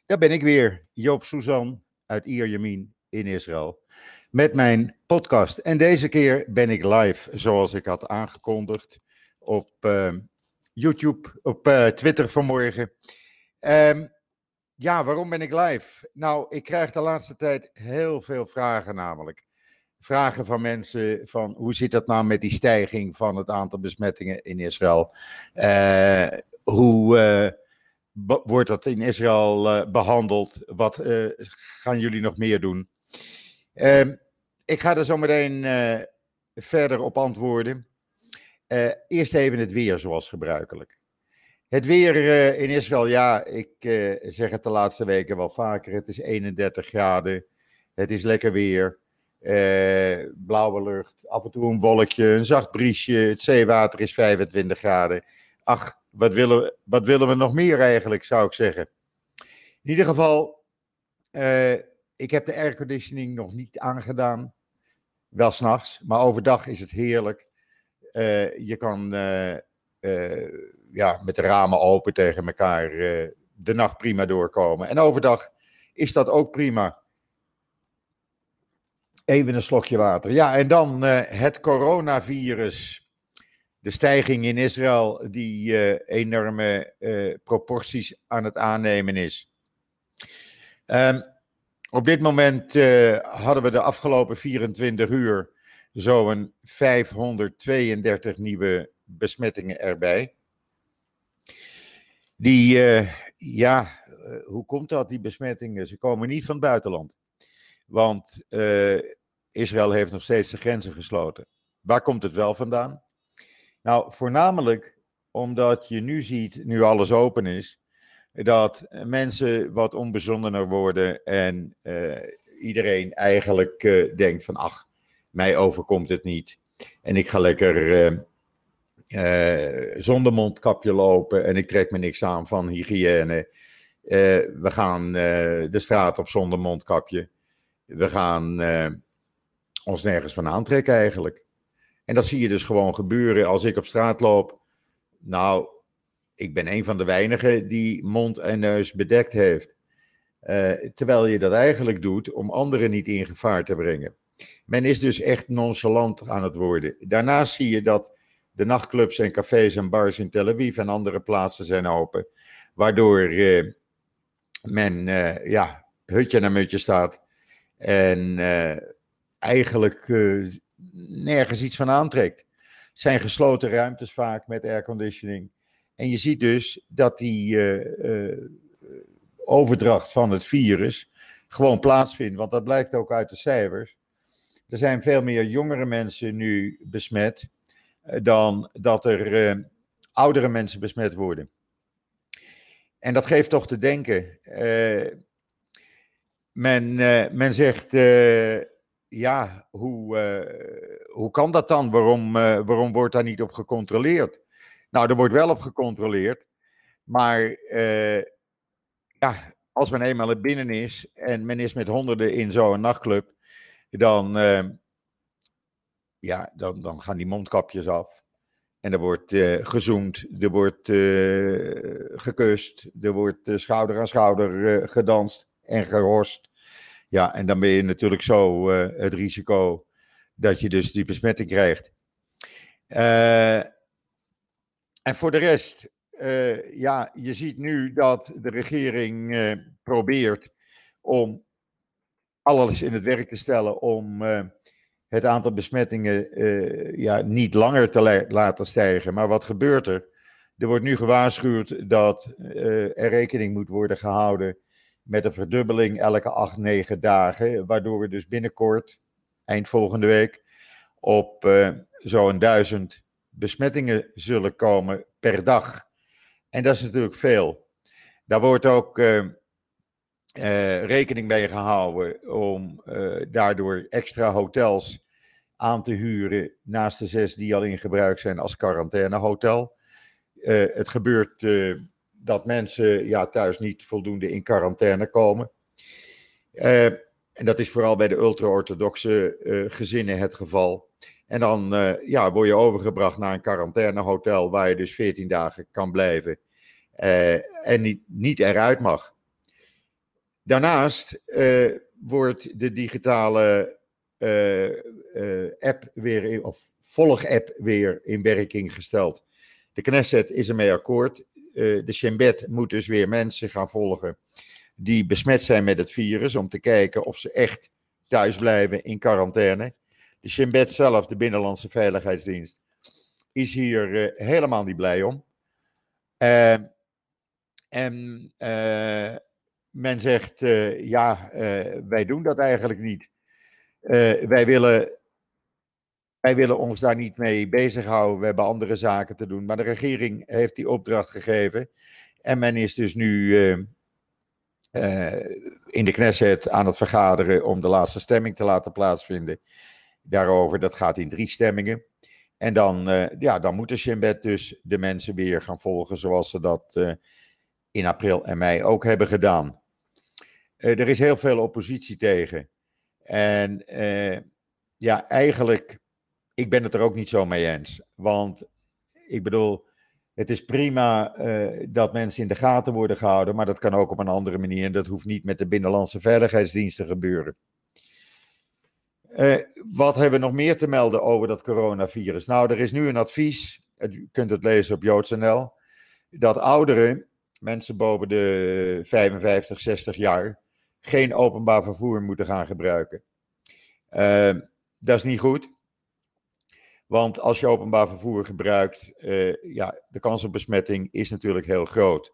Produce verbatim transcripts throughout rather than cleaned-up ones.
Daar ben ik weer, Joop Suzan uit Ierjemien in Israël, met mijn podcast. En deze keer ben ik live, zoals ik had aangekondigd, op uh, YouTube, op uh, Twitter vanmorgen. Um, ja, waarom ben ik live? Nou, ik krijg de laatste tijd heel veel vragen namelijk. Vragen van mensen van hoe zit dat nou met die stijging van het aantal besmettingen in Israël? Uh, hoe... Uh, Wordt dat in Israël uh, behandeld? Wat uh, gaan jullie nog meer doen? Uh, ik ga er zo meteen uh, verder op antwoorden. Uh, eerst even het weer, zoals gebruikelijk. Het weer uh, in Israël, ja, ik uh, zeg het de laatste weken wel vaker. Het is eenendertig graden. Het is lekker weer. Uh, blauwe lucht, af en toe een wolkje, een zacht briesje. Het zeewater is vijfentwintig graden. Ach, wat willen, wat willen we nog meer eigenlijk, zou ik zeggen. In ieder geval, uh, ik heb de airconditioning nog niet aangedaan. Wel 's nachts, maar overdag is het heerlijk. Uh, je kan uh, uh, ja, met de ramen open tegen elkaar uh, de nacht prima doorkomen. En overdag is dat ook prima. Even een slokje water. Ja, en dan uh, het coronavirus. De stijging in Israël die uh, enorme uh, proporties aan het aannemen is. Um, op dit moment uh, hadden we de afgelopen vierentwintig uur zo'n vijfhonderdtweeëndertig nieuwe besmettingen erbij. Die, uh, ja, uh, hoe komt dat, die besmettingen? Ze komen niet van het buitenland. Want uh, Israël heeft nog steeds de grenzen gesloten. Waar komt het wel vandaan? Nou, voornamelijk omdat je nu ziet, nu alles open is, dat mensen wat onbezonnener worden en uh, iedereen eigenlijk uh, denkt van, ach, mij overkomt het niet. En ik ga lekker uh, uh, zonder mondkapje lopen en ik trek me niks aan van hygiëne. Uh, we gaan uh, de straat op zonder mondkapje. We gaan uh, ons nergens van aantrekken eigenlijk. En dat zie je dus gewoon gebeuren als ik op straat loop. Nou, ik ben een van de weinigen die mond en neus bedekt heeft. Uh, terwijl je dat eigenlijk doet om anderen niet in gevaar te brengen. Men is dus echt nonchalant aan het worden. Daarnaast zie je dat de nachtclubs en cafés en bars in Tel Aviv en andere plaatsen zijn open. Waardoor uh, men uh, ja, hutje naar mutje staat. En uh, eigenlijk... Uh, nergens iets van aantrekt. Het zijn gesloten ruimtes vaak met airconditioning. En je ziet dus dat die uh, uh, overdracht van het virus gewoon plaatsvindt. Want dat blijkt ook uit de cijfers. Er zijn veel meer jongere mensen nu besmet uh, dan dat er uh, oudere mensen besmet worden. En dat geeft toch te denken. Uh, men, uh, men zegt... Uh, Ja, hoe, uh, hoe kan dat dan? Waarom, uh, waarom wordt daar niet op gecontroleerd? Nou, er wordt wel op gecontroleerd. Maar uh, ja, als men eenmaal er binnen is en men is met honderden in zo'n nachtclub, dan, uh, ja, dan, dan gaan die mondkapjes af. En er wordt uh, gezoend, er wordt uh, gekust, er wordt uh, schouder aan schouder uh, gedanst en gehorst. Ja, en dan ben je natuurlijk zo uh, het risico dat je dus die besmetting krijgt. Uh, en voor de rest, uh, ja, je ziet nu dat de regering uh, probeert om alles in het werk te stellen om uh, het aantal besmettingen uh, ja, niet langer te la- laten stijgen. Maar wat gebeurt er? Er wordt nu gewaarschuwd dat uh, er rekening moet worden gehouden met een verdubbeling elke acht, negen dagen, waardoor we dus binnenkort, eind volgende week, op uh, zo'n duizend besmettingen zullen komen per dag. En dat is natuurlijk veel. Daar wordt ook uh, uh, rekening mee gehouden om uh, daardoor extra hotels aan te huren, naast de zes die al in gebruik zijn als quarantainehotel. Uh, het gebeurt... Uh, dat mensen ja, thuis niet voldoende in quarantaine komen. Uh, en dat is vooral bij de ultra-orthodoxe uh, gezinnen het geval. En dan uh, ja, word je overgebracht naar een quarantainehotel waar je dus veertien dagen kan blijven uh, en niet, niet eruit mag. Daarnaast uh, wordt de digitale uh, uh, app weer, in, of volg-app weer in werking gesteld. De Knesset is ermee akkoord. Uh, de Shin Bet moet dus weer mensen gaan volgen die besmet zijn met het virus, om te kijken of ze echt thuis blijven in quarantaine. De Shin Bet zelf, de Binnenlandse Veiligheidsdienst, is hier uh, helemaal niet blij om. Uh, en uh, men zegt, uh, ja, uh, wij doen dat eigenlijk niet. Uh, wij, willen, wij willen ons daar niet mee bezighouden. We hebben andere zaken te doen. Maar de regering heeft die opdracht gegeven. En men is dus nu uh, uh, in de Knesset aan het vergaderen om de laatste stemming te laten plaatsvinden. Daarover, dat gaat in drie stemmingen. En dan, uh, ja, dan moet de Shin Bet dus de mensen weer gaan volgen zoals ze dat uh, in april en mei ook hebben gedaan. Uh, er is heel veel oppositie tegen. En uh, ja, eigenlijk, ik ben het er ook niet zo mee eens. Want ik bedoel, het is prima uh, dat mensen in de gaten worden gehouden, maar dat kan ook op een andere manier. En dat hoeft niet met de Binnenlandse Veiligheidsdienst te gebeuren. Uh, wat hebben we nog meer te melden over dat coronavirus? Nou, er is nu een advies, u kunt het lezen op joods punt n l, dat ouderen, mensen boven de vijfenvijftig, zestig jaar, geen openbaar vervoer moeten gaan gebruiken. Uh, dat is niet goed, want als je openbaar vervoer gebruikt, uh, ja, de kans op besmetting is natuurlijk heel groot.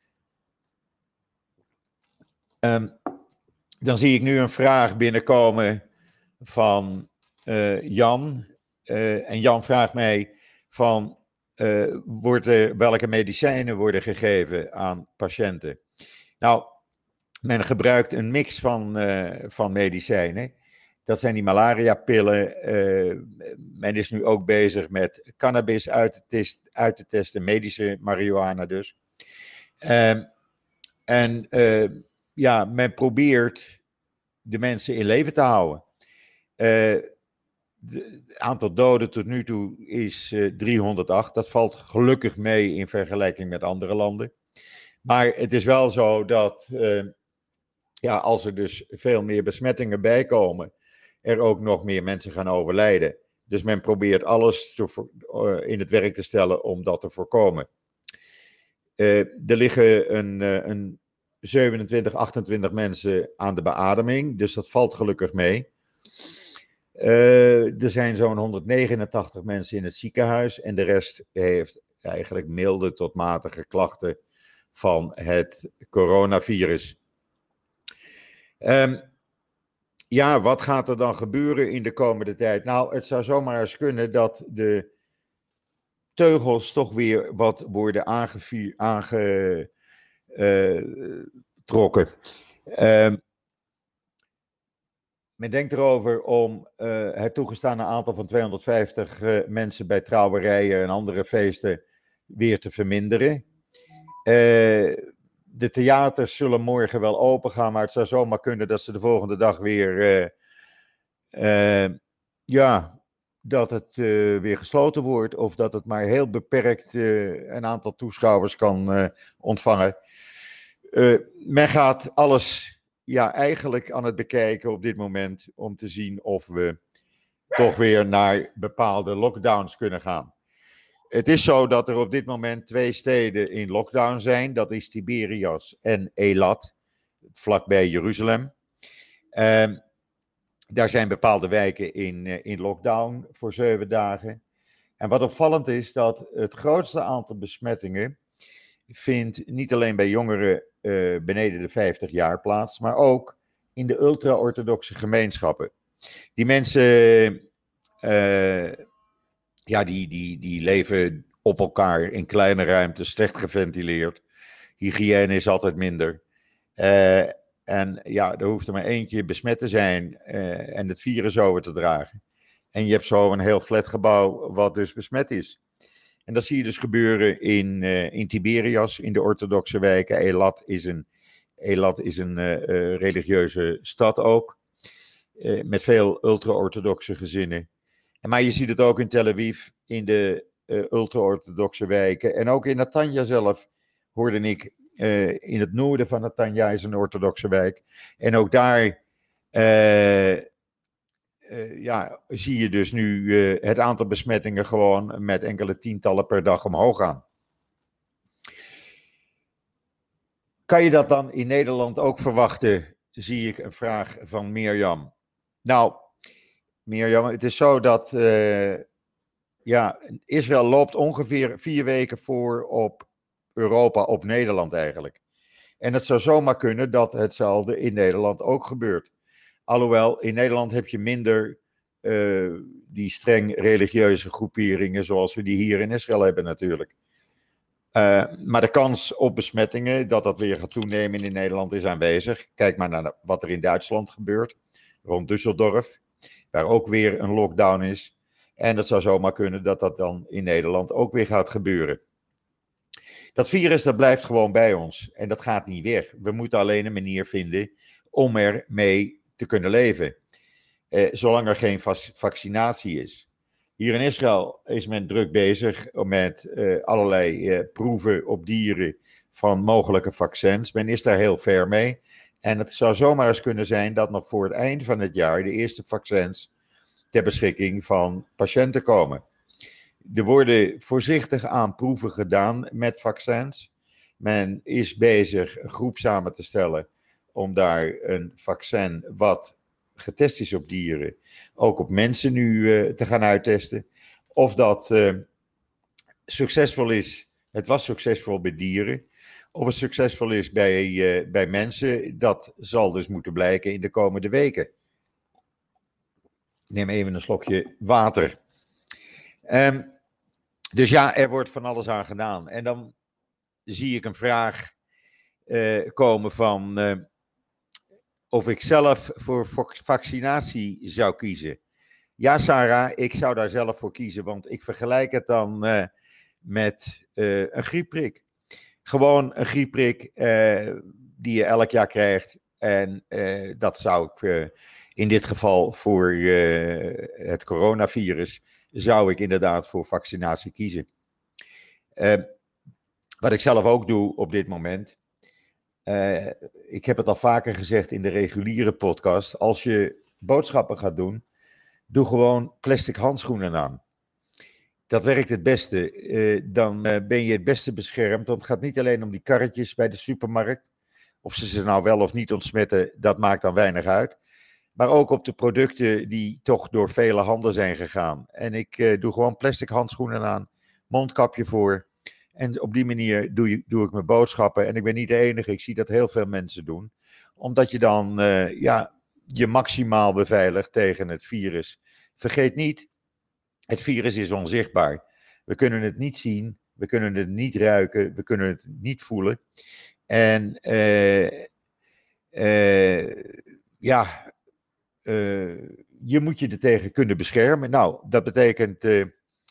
Um, dan zie ik nu een vraag binnenkomen van uh, Jan. Uh, en Jan vraagt mij van, uh, worden, welke medicijnen worden gegeven aan patiënten? Nou, men gebruikt een mix van, uh, van medicijnen. Dat zijn die malariapillen. Uh, men is nu ook bezig met cannabis uit te, test, uit te testen, medische marihuana dus. Uh, en uh, ja, men probeert de mensen in leven te houden. Uh, het aantal doden tot nu toe is uh, driehonderdacht. Dat valt gelukkig mee in vergelijking met andere landen. Maar het is wel zo dat uh, ja, als er dus veel meer besmettingen bijkomen, er ook nog meer mensen gaan overlijden. Dus men probeert alles te, uh, in het werk te stellen om dat te voorkomen. Uh, er liggen een, uh, een zevenentwintig, achtentwintig mensen aan de beademing, dus dat valt gelukkig mee. Uh, er zijn zo'n honderdnegenentachtig mensen in het ziekenhuis en de rest heeft eigenlijk milde tot matige klachten van het coronavirus. Um, ja, wat gaat er dan gebeuren in de komende tijd? Nou, het zou zomaar eens kunnen dat de teugels toch weer wat worden aangetrokken. Uh, um, Men denkt erover om uh, het toegestane aantal van tweehonderdvijftig uh, mensen bij trouwerijen en andere feesten weer te verminderen. Uh, de theaters zullen morgen wel open gaan, maar het zou zomaar kunnen dat ze de volgende dag weer, uh, uh, ja, dat het uh, weer gesloten wordt of dat het maar heel beperkt uh, een aantal toeschouwers kan uh, ontvangen. Uh, men gaat alles... Ja, eigenlijk aan het bekijken op dit moment om te zien of we toch weer naar bepaalde lockdowns kunnen gaan. Het is zo dat er op dit moment twee steden in lockdown zijn. Dat is Tiberias en Eilat, vlakbij Jeruzalem. Uh, daar zijn bepaalde wijken in, uh, in lockdown voor zeven dagen. En wat opvallend is dat het grootste aantal besmettingen vindt niet alleen bij jongeren uh, beneden de vijftig jaar plaats, maar ook in de ultra-orthodoxe gemeenschappen. Die mensen, uh, ja, die, die, die leven op elkaar in kleine ruimtes, slecht geventileerd. Hygiëne is altijd minder. Uh, en ja, er hoeft er maar eentje besmet te zijn uh, en het virus over te dragen. En je hebt zo een heel flatgebouw wat dus besmet is. En dat zie je dus gebeuren in, uh, in Tiberias, in de orthodoxe wijken. Eilat is een, Eilat is een uh, uh, religieuze stad ook, uh, met veel ultra-orthodoxe gezinnen. En, maar je ziet het ook in Tel Aviv, in de uh, ultra-orthodoxe wijken. En ook in Netanja zelf hoorde ik uh, in het noorden van Netanya is een orthodoxe wijk. En ook daar uh, uh, ja, zie je dus nu uh, het aantal besmettingen gewoon met enkele tientallen per dag omhoog gaan. Kan je dat dan in Nederland ook verwachten, zie ik een vraag van Mirjam. Nou, Mirjam, het is zo dat uh, ja, Israël loopt ongeveer vier weken voor op Europa, op Nederland eigenlijk. En het zou zomaar kunnen dat hetzelfde in Nederland ook gebeurt. Alhoewel, in Nederland heb je minder uh, die streng religieuze groeperingen zoals we die hier in Israël hebben natuurlijk. Uh, maar de kans op besmettingen, dat dat weer gaat toenemen in Nederland, is aanwezig. Kijk maar naar wat er in Duitsland gebeurt, rond Düsseldorf, waar ook weer een lockdown is. En het zou zomaar kunnen dat dat dan in Nederland ook weer gaat gebeuren. Dat virus, dat blijft gewoon bij ons en dat gaat niet weg. We moeten alleen een manier vinden om er mee te kunnen leven, uh, zolang er geen vaccinatie is. Hier in Israël is men druk bezig met uh, allerlei uh, proeven op dieren van mogelijke vaccins. Men is daar heel ver mee. En het zou zomaar eens kunnen zijn dat nog voor het eind van het jaar de eerste vaccins ter beschikking van patiënten komen. Er worden voorzichtig aan proeven gedaan met vaccins. Men is bezig een groep samen te stellen om daar een vaccin wat getest is op dieren, ook op mensen nu uh, te gaan uittesten. Of dat uh, succesvol is, het was succesvol bij dieren, of het succesvol is bij, uh, bij mensen, dat zal dus moeten blijken in de komende weken. Ik neem even een slokje water. Um, dus ja, er wordt van alles aan gedaan. En dan zie ik een vraag uh, komen van Uh, of ik zelf voor vaccinatie zou kiezen. Ja, Sarah, ik zou daar zelf voor kiezen, want ik vergelijk het dan uh, met uh, een griepprik. Gewoon een griepprik uh, die je elk jaar krijgt. En uh, dat zou ik uh, in dit geval voor uh, het coronavirus, zou ik inderdaad voor vaccinatie kiezen. Uh, wat ik zelf ook doe op dit moment. Uh, ik heb het al vaker gezegd in de reguliere podcast. Als je boodschappen gaat doen, doe gewoon plastic handschoenen aan. Dat werkt het beste. Uh, dan uh, ben je het beste beschermd. Want het gaat niet alleen om die karretjes bij de supermarkt. Of ze ze nou wel of niet ontsmetten, dat maakt dan weinig uit. Maar ook op de producten die toch door vele handen zijn gegaan. En ik uh, doe gewoon plastic handschoenen aan, mondkapje voor. En op die manier doe, je, doe ik mijn boodschappen. En ik ben niet de enige, ik zie dat heel veel mensen doen. Omdat je dan uh, ja, je maximaal beveiligt tegen het virus. Vergeet niet, het virus is onzichtbaar. We kunnen het niet zien, we kunnen het niet ruiken, we kunnen het niet voelen. En uh, uh, ja, uh, je moet je er tegen kunnen beschermen. Nou, dat betekent Uh,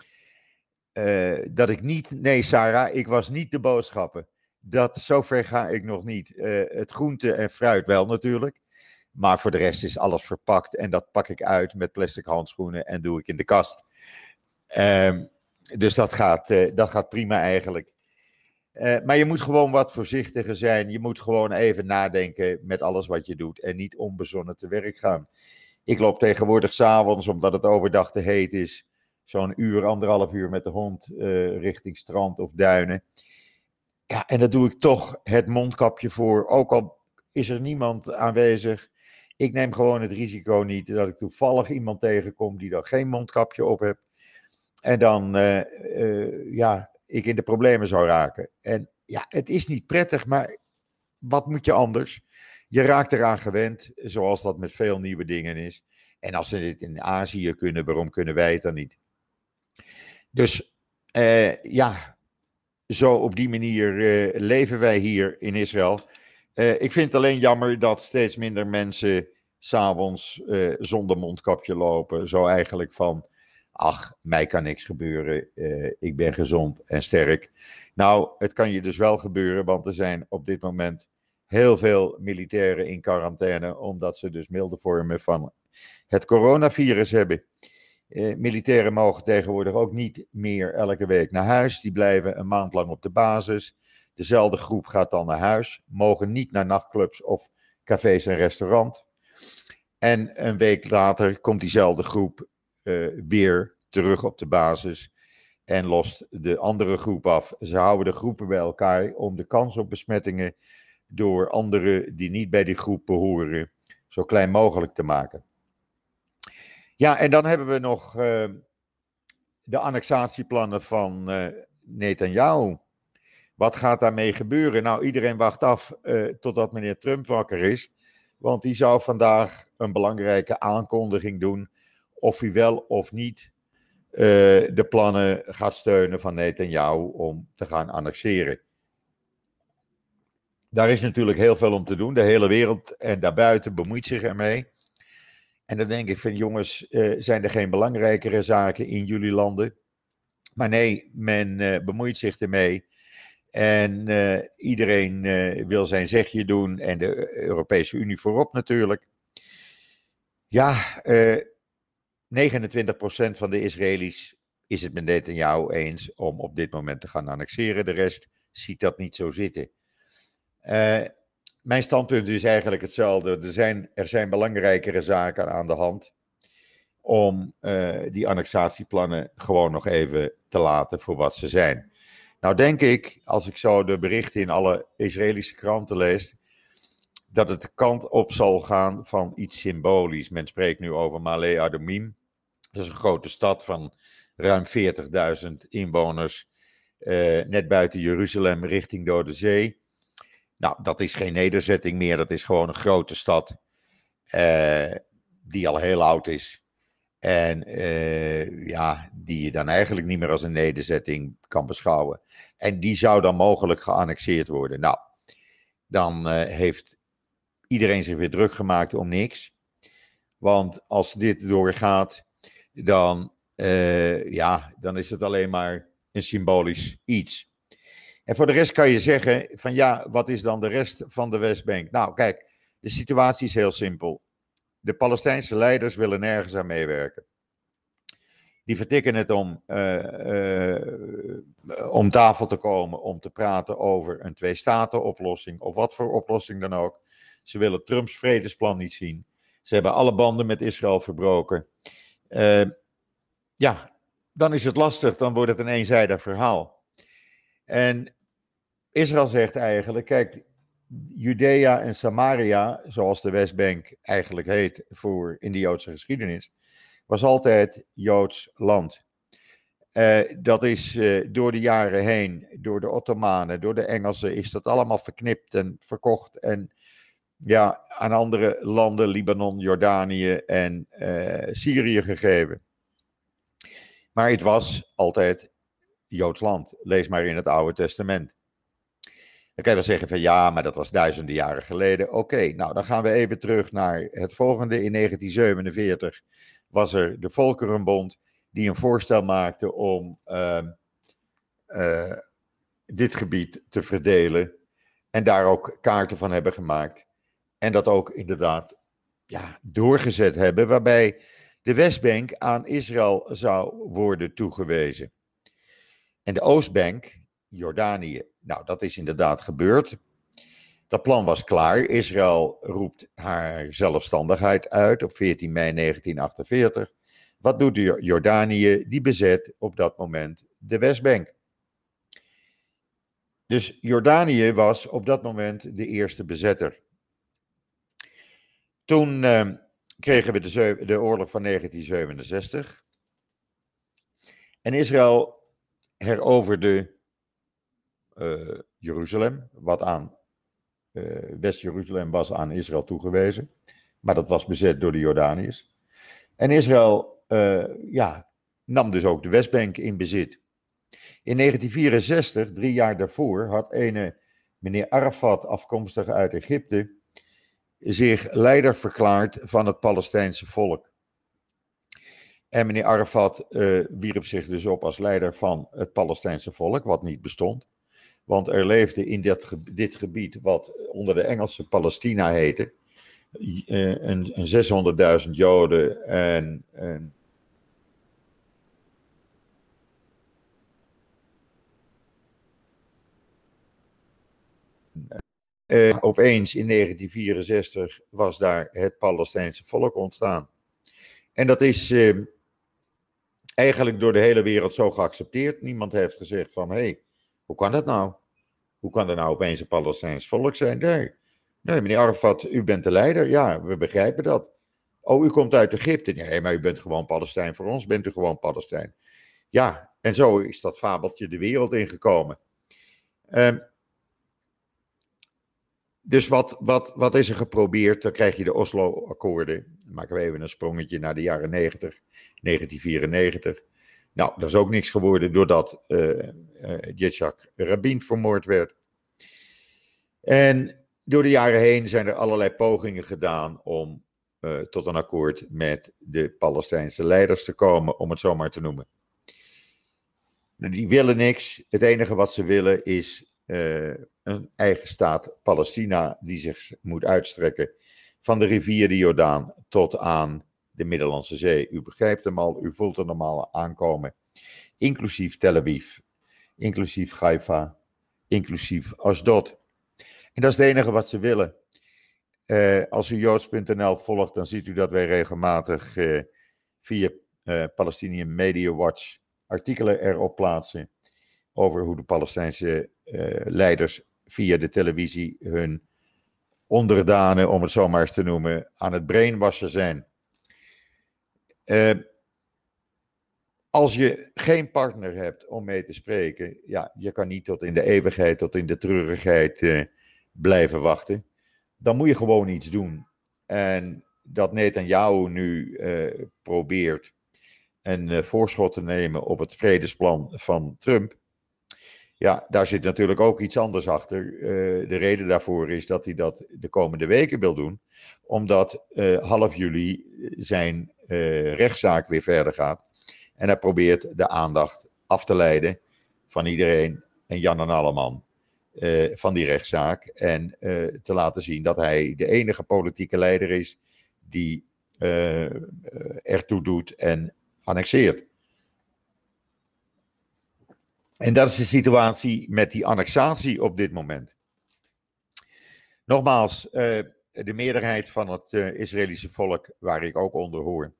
Uh, dat ik niet, nee Sarah, ik was niet de boodschappen. Dat, zover ga ik nog niet. Uh, het groente en fruit wel natuurlijk. Maar voor de rest is alles verpakt. En dat pak ik uit met plastic handschoenen en doe ik in de kast. Uh, dus dat gaat, uh, dat gaat prima eigenlijk. Uh, maar je moet gewoon wat voorzichtiger zijn. Je moet gewoon even nadenken met alles wat je doet. En niet onbezonnen te werk gaan. Ik loop tegenwoordig 's avonds, omdat het overdag te heet is, zo'n uur, anderhalf uur met de hond uh, richting strand of duinen. Ja, en dan doe ik toch het mondkapje voor. Ook al is er niemand aanwezig. Ik neem gewoon het risico niet dat ik toevallig iemand tegenkom die dan geen mondkapje op heeft. En dan, uh, uh, ja, ik in de problemen zou raken. En ja, het is niet prettig, maar wat moet je anders? Je raakt eraan gewend, zoals dat met veel nieuwe dingen is. En als ze dit in Azië kunnen, waarom kunnen wij het dan niet? Dus uh, ja, zo op die manier uh, leven wij hier in Israël. Uh, ik vind het alleen jammer dat steeds minder mensen 's avonds uh, zonder mondkapje lopen. Zo eigenlijk van, ach, mij kan niks gebeuren. Uh, ik ben gezond en sterk. Nou, het kan je dus wel gebeuren, want er zijn op dit moment heel veel militairen in quarantaine, omdat ze dus milde vormen van het coronavirus hebben. Uh, militairen mogen tegenwoordig ook niet meer elke week naar huis. Die blijven een maand lang op de basis. Dezelfde groep gaat dan naar huis, mogen niet naar nachtclubs of cafés en restaurants. En een week later komt diezelfde groep uh, weer terug op de basis en lost de andere groep af. Ze houden de groepen bij elkaar om de kans op besmettingen door anderen die niet bij die groep behoren zo klein mogelijk te maken. Ja, en dan hebben we nog uh, de annexatieplannen van uh, Netanyahu. Wat gaat daarmee gebeuren? Nou, iedereen wacht af uh, totdat meneer Trump wakker is. Want die zou vandaag een belangrijke aankondiging doen of hij wel of niet uh, de plannen gaat steunen van Netanyahu om te gaan annexeren. Daar is natuurlijk heel veel om te doen. De hele wereld en daarbuiten bemoeit zich ermee. En dan denk ik van jongens, uh, zijn er geen belangrijkere zaken in jullie landen? Maar nee, men uh, bemoeit zich ermee. En uh, iedereen uh, wil zijn zegje doen en de Europese Unie voorop natuurlijk. Ja, uh, negenentwintig procent van de Israëli's is het met Netanyahu eens om op dit moment te gaan annexeren. De rest ziet dat niet zo zitten. Uh, mijn standpunt is eigenlijk hetzelfde. Er zijn, er zijn belangrijkere zaken aan de hand om uh, die annexatieplannen gewoon nog even te laten voor wat ze zijn. Nou denk ik, als ik zo de berichten in alle Israëlische kranten lees, dat het de kant op zal gaan van iets symbolisch. Men spreekt nu over Ma'ale Adumim. Dat is een grote stad van ruim veertigduizend inwoners, uh, net buiten Jeruzalem richting Dode Zee. Nou, dat is geen nederzetting meer, dat is gewoon een grote stad uh, die al heel oud is. En uh, ja, die je dan eigenlijk niet meer als een nederzetting kan beschouwen. En die zou dan mogelijk geannexeerd worden. Nou, dan uh, heeft iedereen zich weer druk gemaakt om niks. Want als dit doorgaat, dan, uh, ja, dan is het alleen maar een symbolisch iets. En voor de rest kan je zeggen van ja, wat is dan de rest van de Westbank? Nou kijk, de situatie is heel simpel. De Palestijnse leiders willen nergens aan meewerken. Die vertikken het om, uh, uh, om tafel te komen, om te praten over een twee-staten-oplossing of wat voor oplossing dan ook. Ze willen Trumps vredesplan niet zien. Ze hebben alle banden met Israël verbroken. Uh, ja, dan is het lastig, dan wordt het een eenzijdig verhaal. En Israël zegt eigenlijk, kijk, Judea en Samaria, zoals de Westbank eigenlijk heet voor in de Joodse geschiedenis, was altijd Joods land. Uh, dat is uh, door de jaren heen, door de Ottomanen, door de Engelsen, is dat allemaal verknipt en verkocht en ja, aan andere landen, Libanon, Jordanië en uh, Syrië gegeven. Maar het was altijd Joods land. Lees maar in het Oude Testament. Dan kan je wel zeggen van ja, maar dat was duizenden jaren geleden. Oké, okay, nou dan gaan we even terug naar het volgende. In negentien zevenenveertig was er de Volkerenbond die een voorstel maakte om uh, uh, dit gebied te verdelen. En daar ook kaarten van hebben gemaakt. En dat ook inderdaad ja, doorgezet hebben, waarbij de Westbank aan Israël zou worden toegewezen. En de Oostbank, Jordanië, nou dat is inderdaad gebeurd. Dat plan was klaar. Israël roept haar zelfstandigheid uit op veertien mei negentien achtenveertig. Wat doet Jordanië? Die bezet op dat moment de Westbank. Dus Jordanië was op dat moment de eerste bezetter. Toen uh, kregen we de, de oorlog van negentien zevenenzestig. En Israël heroverde uh, Jeruzalem, wat aan uh, West-Jeruzalem was aan Israël toegewezen. Maar dat was bezet door de Jordaniërs. En Israël uh, ja, nam dus ook de Westbank in bezit. In negentien vierenzestig, drie jaar daarvoor, had ene meneer Arafat, afkomstig uit Egypte, zich leider verklaard van het Palestijnse volk. En meneer Arafat uh, wierp zich dus op als leider van het Palestijnse volk, wat niet bestond. Want er leefde in dit, dit gebied, wat onder de Engelse Palestina heette, uh, een, een zeshonderdduizend Joden en... en uh, opeens in negentien vierenzestig was daar het Palestijnse volk ontstaan. En dat is uh, eigenlijk door de hele wereld zo geaccepteerd. Niemand heeft gezegd van, hé, hey, hoe kan dat nou? Hoe kan er nou opeens een Palestijns volk zijn? Nee. nee, meneer Arafat, u bent de leider. Ja, we begrijpen dat. Oh, u komt uit Egypte. Nee, maar u bent gewoon Palestijn. Voor ons bent u gewoon Palestijn. Ja, en zo is dat fabeltje de wereld ingekomen. Um, dus wat, wat, wat is er geprobeerd? Dan krijg je de Oslo-akkoorden. Dan maken we even een sprongetje naar de jaren negentig, negentien vierennegentig. Nou, dat is ook niks geworden doordat uh, uh, Yitzhak Rabin vermoord werd. En door de jaren heen zijn er allerlei pogingen gedaan om uh, tot een akkoord met de Palestijnse leiders te komen, om het zo maar te noemen. Die willen niks. Het enige wat ze willen is uh, een eigen staat Palestina die zich moet uitstrekken van de rivier de Jordaan tot aan de Middellandse Zee. U begrijpt hem al, u voelt hem allemaal aankomen. Inclusief Tel Aviv, inclusief Haifa, inclusief Asdod. En dat is het enige wat ze willen. Uh, als u joods punt n l volgt, dan ziet u dat wij regelmatig uh, via uh, Palestinian Media Watch artikelen erop plaatsen over hoe de Palestijnse uh, leiders via de televisie hun onderdanen, om het zo maar eens te noemen, aan het brainwassen zijn. Uh, als je geen partner hebt om mee te spreken, ja, je kan niet tot in de eeuwigheid, tot in de treurigheid uh, blijven wachten. Dan moet je gewoon iets doen. En dat Netanyahu nu uh, probeert een uh, voorschot te nemen op het vredesplan van Trump. Ja, daar zit natuurlijk ook iets anders achter. Uh, de reden daarvoor is dat hij dat de komende weken wil doen. Omdat uh, half juli zijn uh, rechtszaak weer verder gaat. En hij probeert de aandacht af te leiden van iedereen en Jan en Alleman uh, van die rechtszaak. En uh, te laten zien dat hij de enige politieke leider is die uh, ertoe doet en annexeert. En dat is de situatie met die annexatie op dit moment. Nogmaals, uh, de meerderheid van het uh, Israëlische volk, waar ik ook onder hoor,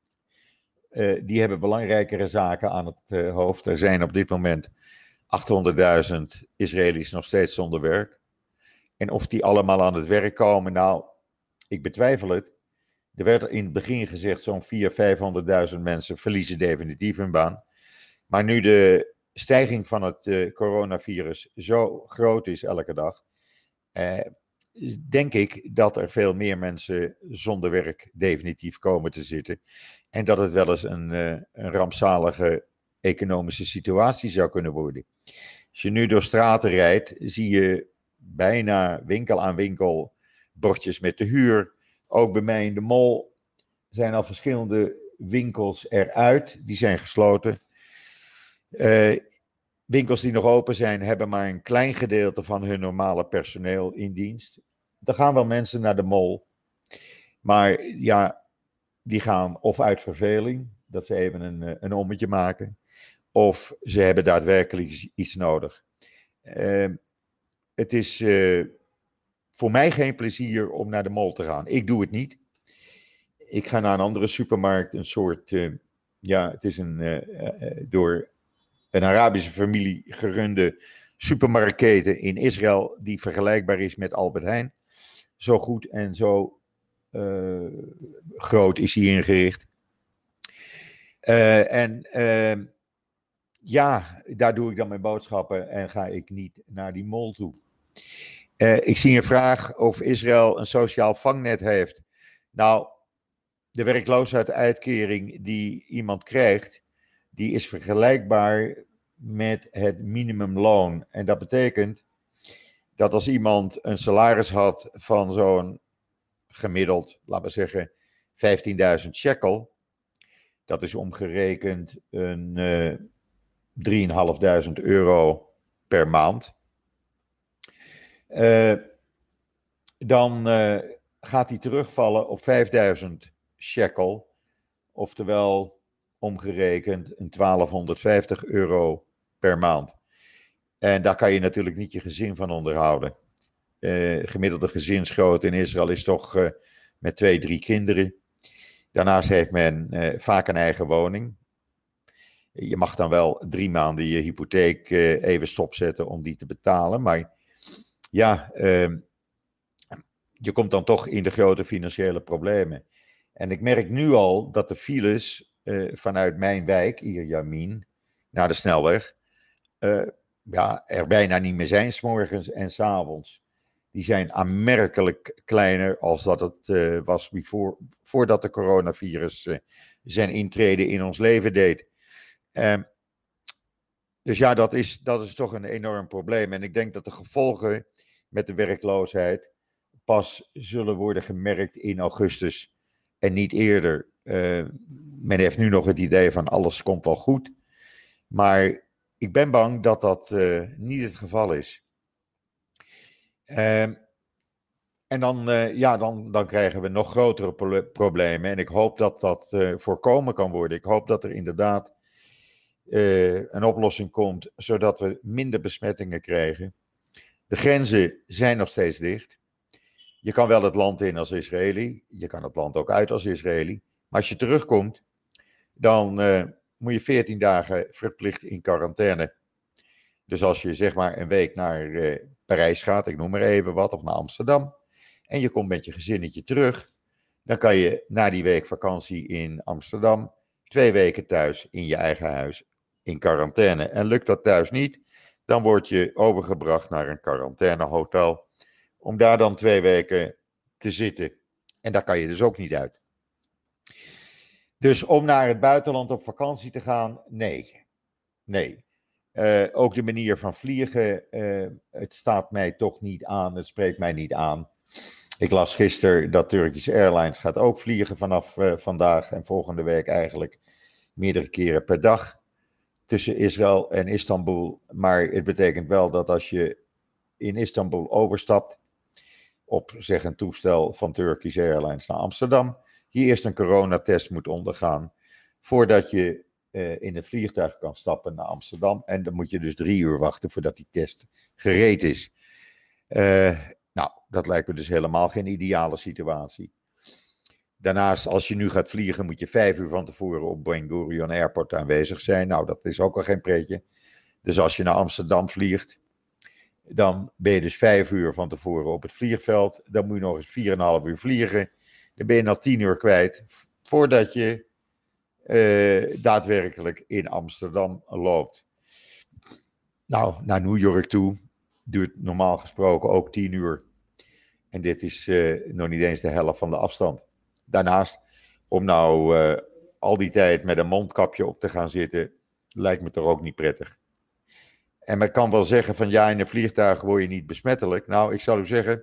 uh, die hebben belangrijkere zaken aan het uh, hoofd. Er zijn op dit moment achthonderdduizend Israëli's nog steeds zonder werk. En of die allemaal aan het werk komen, nou, ik betwijfel het. Er werd in het begin gezegd, zo'n vierhonderdduizend, vijfhonderdduizend mensen verliezen definitief hun baan. Maar nu de stijging van het uh, coronavirus zo groot is elke dag, eh, denk ik dat er veel meer mensen zonder werk definitief komen te zitten. En dat het wel eens een, uh, een rampzalige economische situatie zou kunnen worden. Als je nu door straten rijdt, zie je bijna winkel aan winkel bordjes met de huur. Ook bij mij in de mall zijn al verschillende winkels eruit, die zijn gesloten. Uh, winkels die nog open zijn, hebben maar een klein gedeelte van hun normale personeel in dienst. Er gaan wel mensen naar de mall, maar ja, die gaan of uit verveling, dat ze even een, een ommetje maken, of ze hebben daadwerkelijk iets nodig. Uh, het is uh, voor mij geen plezier om naar de mall te gaan. Ik doe het niet. Ik ga naar een andere supermarkt, een soort, uh, ja, het is een uh, uh, door een Arabische familie gerunde supermarktketen in Israël, die vergelijkbaar is met Albert Heijn. Zo goed en zo uh, groot is hij ingericht. Uh, en uh, ja, daar doe ik dan mijn boodschappen en ga ik niet naar die mall toe. Uh, ik zie een vraag of Israël een sociaal vangnet heeft. Nou, de werkloosheidsuitkering die iemand krijgt, die is vergelijkbaar met het minimumloon. En dat betekent dat als iemand een salaris had van zo'n gemiddeld, laten we zeggen, vijftienduizend shekel, dat is omgerekend een uh, drieduizend vijfhonderd euro per maand. Uh, dan uh, gaat hij terugvallen op vijfduizend shekel, oftewel omgerekend een twaalfhonderdvijftig euro per maand. En daar kan je natuurlijk niet je gezin van onderhouden. Uh, gemiddelde gezinsgrootte in Israël is toch uh, met twee, drie kinderen. Daarnaast heeft men uh, vaak een eigen woning. Je mag dan wel drie maanden je hypotheek uh, even stopzetten om die te betalen. Maar ja, uh, je komt dan toch in de grote financiële problemen. En ik merk nu al dat de files uh, vanuit mijn wijk, Ierjemien, naar de snelweg, uh, ja, er bijna niet meer zijn, 's morgens en 's avonds. Die zijn aanmerkelijk kleiner als dat het uh, was before, voordat de coronavirus uh, zijn intrede in ons leven deed. Uh, dus ja, dat is, dat is toch een enorm probleem. En ik denk dat de gevolgen met de werkloosheid pas zullen worden gemerkt in augustus en niet eerder. Uh, men heeft nu nog het idee van alles komt wel goed. Maar ik ben bang dat dat uh, niet het geval is. Uh, en dan, uh, ja, dan, dan krijgen we nog grotere pro- problemen. En ik hoop dat dat uh, voorkomen kan worden. Ik hoop dat er inderdaad uh, een oplossing komt, zodat we minder besmettingen krijgen. De grenzen zijn nog steeds dicht. Je kan wel het land in als Israëli. Je kan het land ook uit als Israëli. Maar als je terugkomt, dan uh, moet je veertien dagen verplicht in quarantaine. Dus als je zeg maar een week naar uh, Parijs gaat, ik noem maar even wat, of naar Amsterdam, en je komt met je gezinnetje terug, dan kan je na die week vakantie in Amsterdam twee weken thuis in je eigen huis in quarantaine. En lukt dat thuis niet, dan word je overgebracht naar een quarantainehotel om daar dan twee weken te zitten. En daar kan je dus ook niet uit. Dus om naar het buitenland op vakantie te gaan, nee. Nee. Uh, ook de manier van vliegen, uh, het staat mij toch niet aan, het spreekt mij niet aan. Ik las gisteren dat Turkish Airlines gaat ook vliegen vanaf uh, vandaag en volgende week eigenlijk meerdere keren per dag tussen Israël en Istanbul. Maar het betekent wel dat als je in Istanbul overstapt op zeg een toestel van Turkish Airlines naar Amsterdam, je eerst een coronatest moet ondergaan voordat je uh, in het vliegtuig kan stappen naar Amsterdam. En dan moet je dus drie uur wachten voordat die test gereed is. Uh, nou, dat lijkt me dus helemaal geen ideale situatie. Daarnaast, als je nu gaat vliegen, moet je vijf uur van tevoren op Ben Gurion Airport aanwezig zijn. Nou, dat is ook al geen pretje. Dus als je naar Amsterdam vliegt, dan ben je dus vijf uur van tevoren op het vliegveld. Dan moet je nog eens vier en een half uur vliegen. Dan ben je nog tien uur kwijt voordat je uh, daadwerkelijk in Amsterdam loopt. Nou, naar New York toe duurt normaal gesproken ook tien uur. En dit is uh, nog niet eens de helft van de afstand. Daarnaast, om nou uh, al die tijd met een mondkapje op te gaan zitten, lijkt me toch ook niet prettig. En men kan wel zeggen van ja, in een vliegtuig word je niet besmettelijk. Nou, ik zal u zeggen,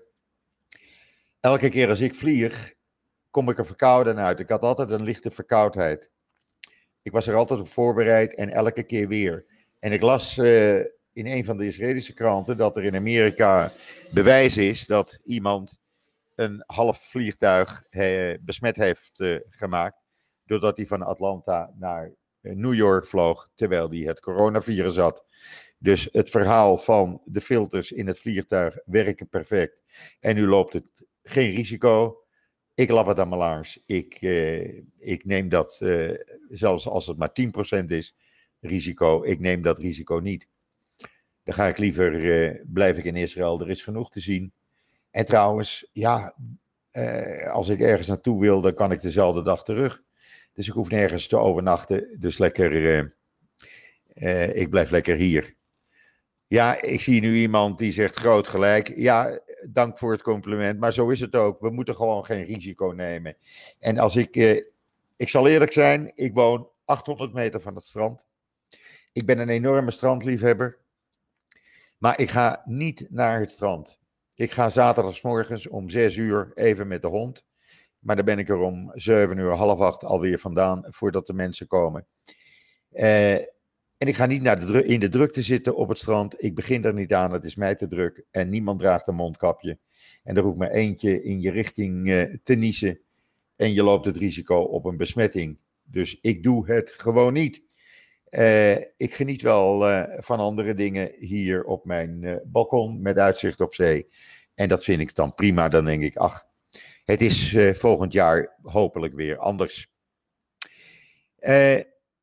elke keer als ik vlieg, kom ik er verkouden uit. Ik had altijd een lichte verkoudheid. Ik was er altijd op voorbereid en elke keer weer. En ik las uh, in een van de Israëlische kranten dat er in Amerika bewijs is dat iemand een half vliegtuig uh, besmet heeft uh, gemaakt, doordat hij van Atlanta naar uh, New York vloog, terwijl hij het coronavirus had. Dus het verhaal van de filters in het vliegtuig werken perfect. En nu loopt het geen risico. Ik lap het aan mijn laars. Ik, uh, ik neem dat, uh, zelfs als het maar tien procent is, risico. Ik neem dat risico niet. Dan ga ik liever, uh, blijf ik in Israël. Er is genoeg te zien. En trouwens, ja, uh, als ik ergens naartoe wil, dan kan ik dezelfde dag terug. Dus ik hoef nergens te overnachten. Dus lekker, uh, uh, ik blijf lekker hier. Ja, ik zie nu iemand die zegt groot gelijk. Ja, dank voor het compliment, maar zo is het ook. We moeten gewoon geen risico nemen. En als ik, eh, ik zal eerlijk zijn, ik woon achthonderd meter van het strand. Ik ben een enorme strandliefhebber, maar ik ga niet naar het strand. Ik ga zaterdagsmorgens om zes uur even met de hond, maar dan ben ik er om zeven uur, half acht alweer vandaan voordat de mensen komen. Eh... En ik ga niet naar de dru- in de drukte zitten op het strand. Ik begin er niet aan, het is mij te druk. En niemand draagt een mondkapje. En er hoeft maar eentje in je richting uh, te niezen. En je loopt het risico op een besmetting. Dus ik doe het gewoon niet. Uh, ik geniet wel uh, van andere dingen hier op mijn uh, balkon met uitzicht op zee. En dat vind ik dan prima. Dan denk ik, ach, het is uh, volgend jaar hopelijk weer anders. Uh,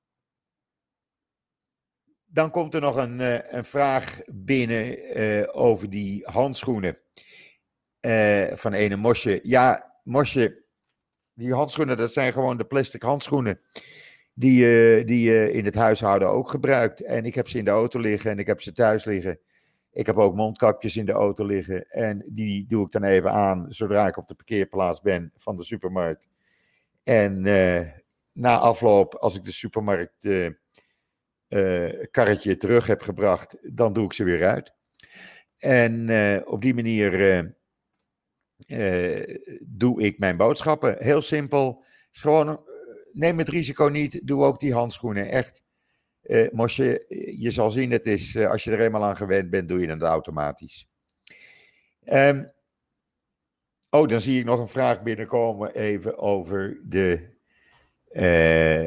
dan komt er nog een, uh, een vraag binnen uh, over die handschoenen uh, van ene Mosje. Ja, Mosje, die handschoenen, dat zijn gewoon de plastic handschoenen die je uh, die, uh, in het huishouden ook gebruikt. En ik heb ze in de auto liggen en ik heb ze thuis liggen. Ik heb ook mondkapjes in de auto liggen en die doe ik dan even aan zodra ik op de parkeerplaats ben van de supermarkt. En uh, na afloop, als ik de supermarkt uh, uh, karretje terug heb gebracht, dan doe ik ze weer uit. En uh, op die manier uh, uh, doe ik mijn boodschappen. Heel simpel. Gewoon, uh, neem het risico niet, doe ook die handschoenen. Echt. Uh, Mosje, je zal zien, het is, uh, als je er eenmaal aan gewend bent, doe je het automatisch. Um, oh, dan zie ik nog een vraag binnenkomen even over de, uh,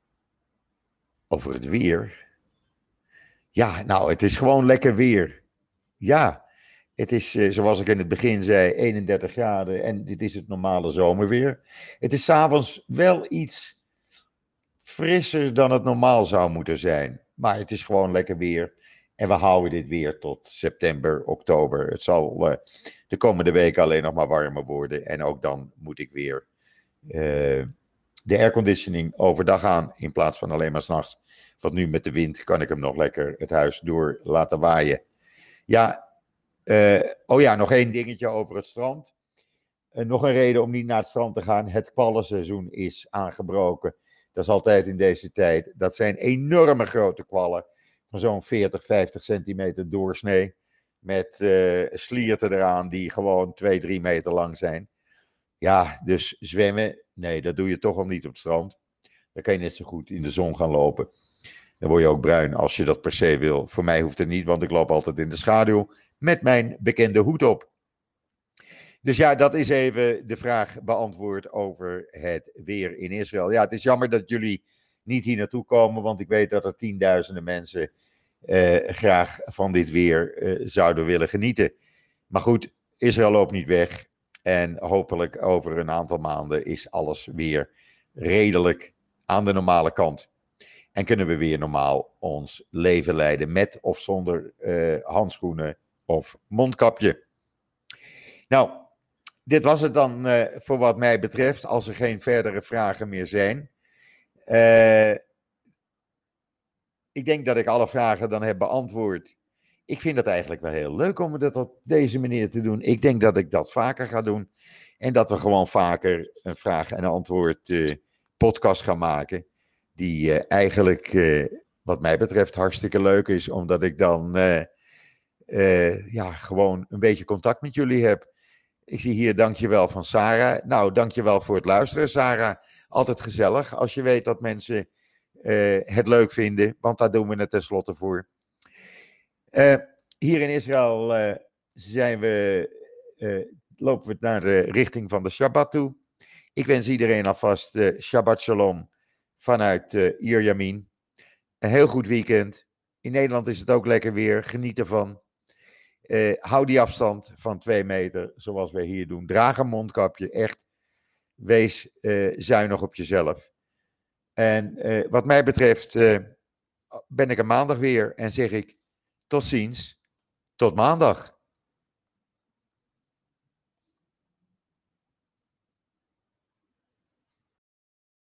over het weer. Ja, nou, het is gewoon lekker weer. Ja, het is, uh, zoals ik in het begin zei, eenendertig graden en dit is het normale zomerweer. Het is 's avonds wel iets frisser dan het normaal zou moeten zijn. Maar het is gewoon lekker weer. En we houden dit weer tot september, oktober. Het zal uh, de komende weken alleen nog maar warmer worden. En ook dan moet ik weer uh, de airconditioning overdag aan in plaats van alleen maar 's nachts. Want nu met de wind kan ik hem nog lekker het huis door laten waaien. Ja, uh, oh ja, nog één dingetje over het strand. Uh, nog een reden om niet naar het strand te gaan. Het kwallenseizoen is aangebroken. Dat is altijd in deze tijd. Dat zijn enorme grote kwallen. Van zo'n veertig, vijftig centimeter doorsnee. Met uh, slierten eraan die gewoon twee, drie meter lang zijn. Ja, dus zwemmen, nee, dat doe je toch al niet op het strand. Dan kan je net zo goed in de zon gaan lopen. Dan word je ook bruin als je dat per se wil. Voor mij hoeft het niet, want ik loop altijd in de schaduw met mijn bekende hoed op. Dus ja, dat is even de vraag beantwoord over het weer in Israël. Ja, het is jammer dat jullie niet hier naartoe komen, want ik weet dat er tienduizenden mensen eh, graag van dit weer eh, zouden willen genieten. Maar goed, Israël loopt niet weg en hopelijk over een aantal maanden is alles weer redelijk aan de normale kant. En kunnen we weer normaal ons leven leiden met of zonder uh, handschoenen of mondkapje. Nou, dit was het dan uh, voor wat mij betreft, als er geen verdere vragen meer zijn. Uh, ik denk dat ik alle vragen dan heb beantwoord. Ik vind het eigenlijk wel heel leuk om dat op deze manier te doen. Ik denk dat ik dat vaker ga doen. En dat we gewoon vaker een vraag- en antwoord uh, podcast gaan maken. Die uh, eigenlijk, uh, wat mij betreft, hartstikke leuk is. Omdat ik dan uh, uh, ja, gewoon een beetje contact met jullie heb. Ik zie hier dankjewel van Sarah. Nou, dankjewel voor het luisteren, Sarah. Altijd gezellig als je weet dat mensen uh, het leuk vinden. Want daar doen we het tenslotte voor. Uh, hier in Israël uh, zijn we, uh, lopen we naar de richting van de Shabbat toe. Ik wens iedereen alvast uh, Shabbat Shalom vanuit uh, Ierjemien. Een heel goed weekend. In Nederland is het ook lekker weer. Geniet ervan. Uh, hou die afstand van twee meter, zoals wij hier doen. Draag een mondkapje, echt. Wees uh, zuinig op jezelf. En uh, wat mij betreft uh, ben ik er maandag weer en zeg ik tot ziens, tot maandag.